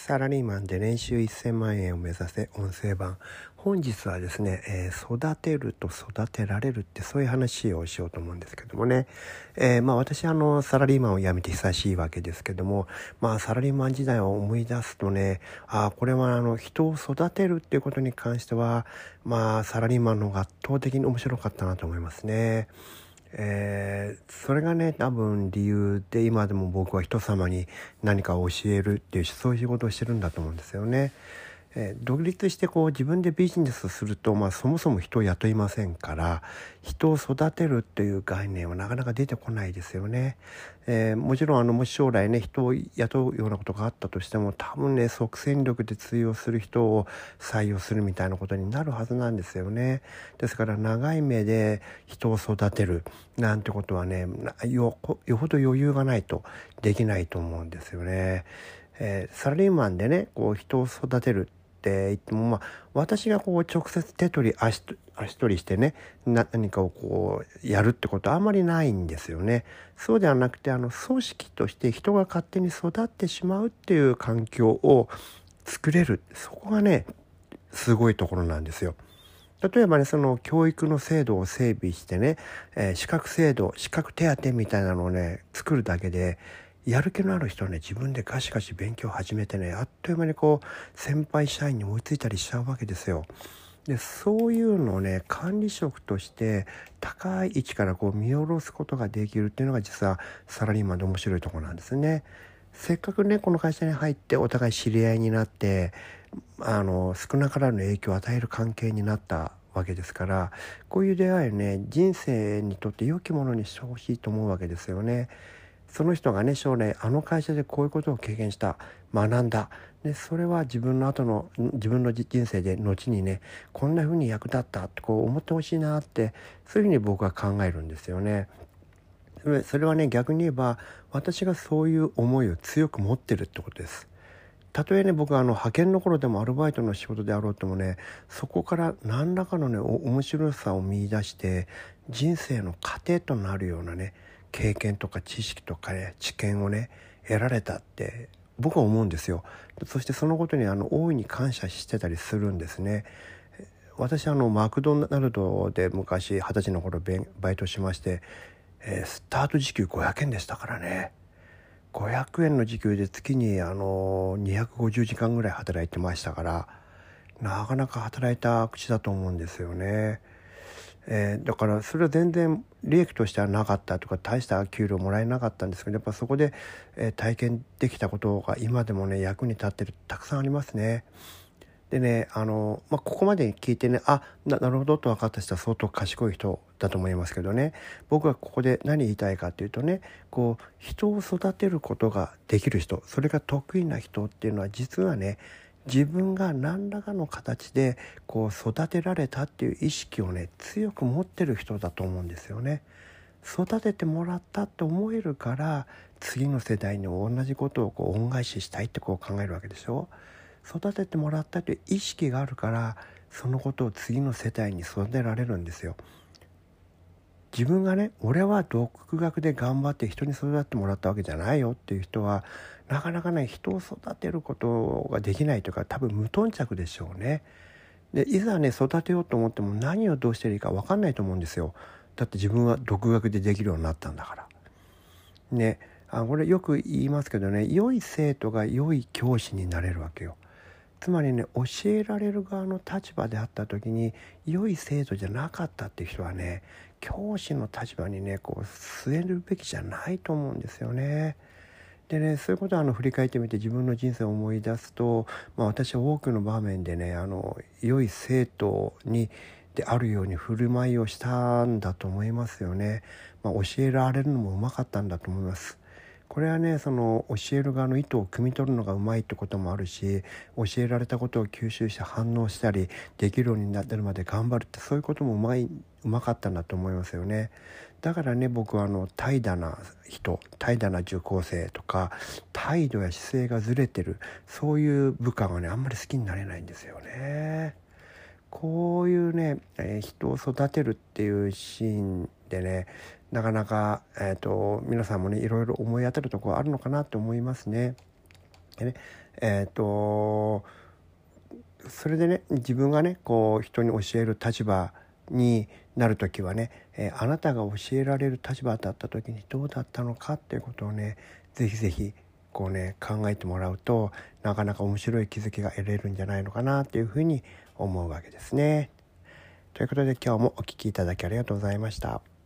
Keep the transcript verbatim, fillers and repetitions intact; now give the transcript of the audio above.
サラリーマンで年収せんまん円を目指せ音声版。本日はですね、えー、育てると育てられるってそういう話をしようと思うんですけどもね、えー、まあ私あのサラリーマンを辞めて久しいわけですけども、まあサラリーマン時代を思い出すとね、あこれはあの人を育てるっていうことに関してはまあサラリーマンの方が圧倒的に面白かったなと思いますね。えー、それがね多分理由で今でも僕は人様に何かを教えるっていうそういう仕事をしてるんだと思うんですよね。えー、独立してこう自分でビジネスをすると、まあ、そもそも人を雇いませんから人を育てるっていう概念はなかなか出てこないですよね。えー、もちろんあのもし将来ね人を雇うようなことがあったとしても多分ね即戦力で通用する人を採用するみたいなことになるはずなんですよね。ですから長い目で人を育てるなんてことはねよ、よほど余裕がないとできないと思うんですよね。えー、サラリーマンでねこう人を育てるって言っても、まあ、私がこう直接手取り足足取りしてね何かをこうやるってことはあんまりないんですよね。そうではなくてあの組織として人が勝手に育ってしまうっていう環境を作れる、そこがねすごいところなんですよ。例えばねその教育の制度を整備してね、えー、資格制度資格手当みたいなのをね作るだけでやる気のある人はね自分でガシガシ勉強を始めてねあっという間にこう先輩社員に追いついたりしちゃうわけですよ。でそういうのをね管理職として高い位置からこう見下ろすことができるっていうのが実はサラリーマンで面白いところなんですね。せっかくねこの会社に入ってお互い知り合いになってあの少なからぬ影響を与える関係になったわけですから、こういう出会いをね人生にとって良きものにしてほしいと思うわけですよね。その人がね将来あの会社でこういうことを経験した学んだでそれは自分の後の自分の人生で後にねこんな風に役立ったってこう思ってほしいなってそういうふうに僕は考えるんですよね。それ、それはね逆に言えば私がそういう思いを強く持ってるってことです。たとえね僕はあの派遣の頃でもアルバイトの仕事であろうともねそこから何らかのね面白さを見出して人生の糧となるようなね経験とか知識とかね知見をね得られたって僕は思うんですよ。そしてそのことにあの大いに感謝してたりするんですね。私あのマクドナルドで昔二十歳の頃バイトしまして、えー、スタート時給ごひゃくえんでしたからね。ごひゃくえんの時給で月にあのにひゃくごじゅうじかんぐらい働いてましたからなかなか働いた口だと思うんですよね。えー、だからそれは全然利益としてはなかったとか大した給料もらえなかったんですけどやっぱそこで、えー、体験できたことが今でもね役に立ってるたくさんありますね。でねあの、まあ、ここまで聞いてねあ な, なるほどと分かった人は相当賢い人だと思いますけどね、僕はここで何言いたいかというとねこう人を育てることができる人それが得意な人っていうのは実はね自分が何らかの形でこう育てられたっていう意識をね強く持ってる人だと思うんですよね。育ててもらったって思えるから次の世代に同じことをこう恩返ししたいってこう考えるわけでしょ。育ててもらったという意識があるからそのことを次の世代に育てられるんですよ。自分がね俺は独学で頑張って人に育ててもらったわけじゃないよっていう人はなかなかね人を育てることができないというか多分無頓着でしょうね。でいざね育てようと思っても何をどうしていいか分かんないと思うんですよ。だって自分は独学でできるようになったんだからね。あこれよく言いますけどね良い生徒が良い教師になれるわけよ。つまりね教えられる側の立場であった時に良い生徒じゃなかったっていう人はね教師の立場にねこう据えるべきじゃないと思うんですよね。でねそういうことをあの振り返ってみて自分の人生を思い出すと、まあ、私は多くの場面でねあの良い生徒にであるように振る舞いをしたんだと思いますよね。まあ、教えられるのもうまかったんだと思います。これはねその教える側の意図を汲み取るのがうまいってこともあるし教えられたことを吸収して反応したりできるようになってるまで頑張るってそういうこともうまいうまかったんだと思いますよね。だからね僕はあの怠惰な人怠惰な受講生とか態度や姿勢がずれてるそういう部下がねあんまり好きになれないんですよね。こういうね、えー人を育てるっていうシーンでねなかなか、えーと、皆さんもねいろいろ思い当たるところあるのかなと思いますね。 でね、えっとそれでね、自分がねこう人に教える立場になるときはね、えーあなたが教えられる立場だった時にどうだったのかっていうことをね、ぜひぜひこうね考えてもらうと、なかなか面白い気づきが得れるんじゃないのかなっていうふうに思うわけですね。ということで今日もお聞きいただきありがとうございました。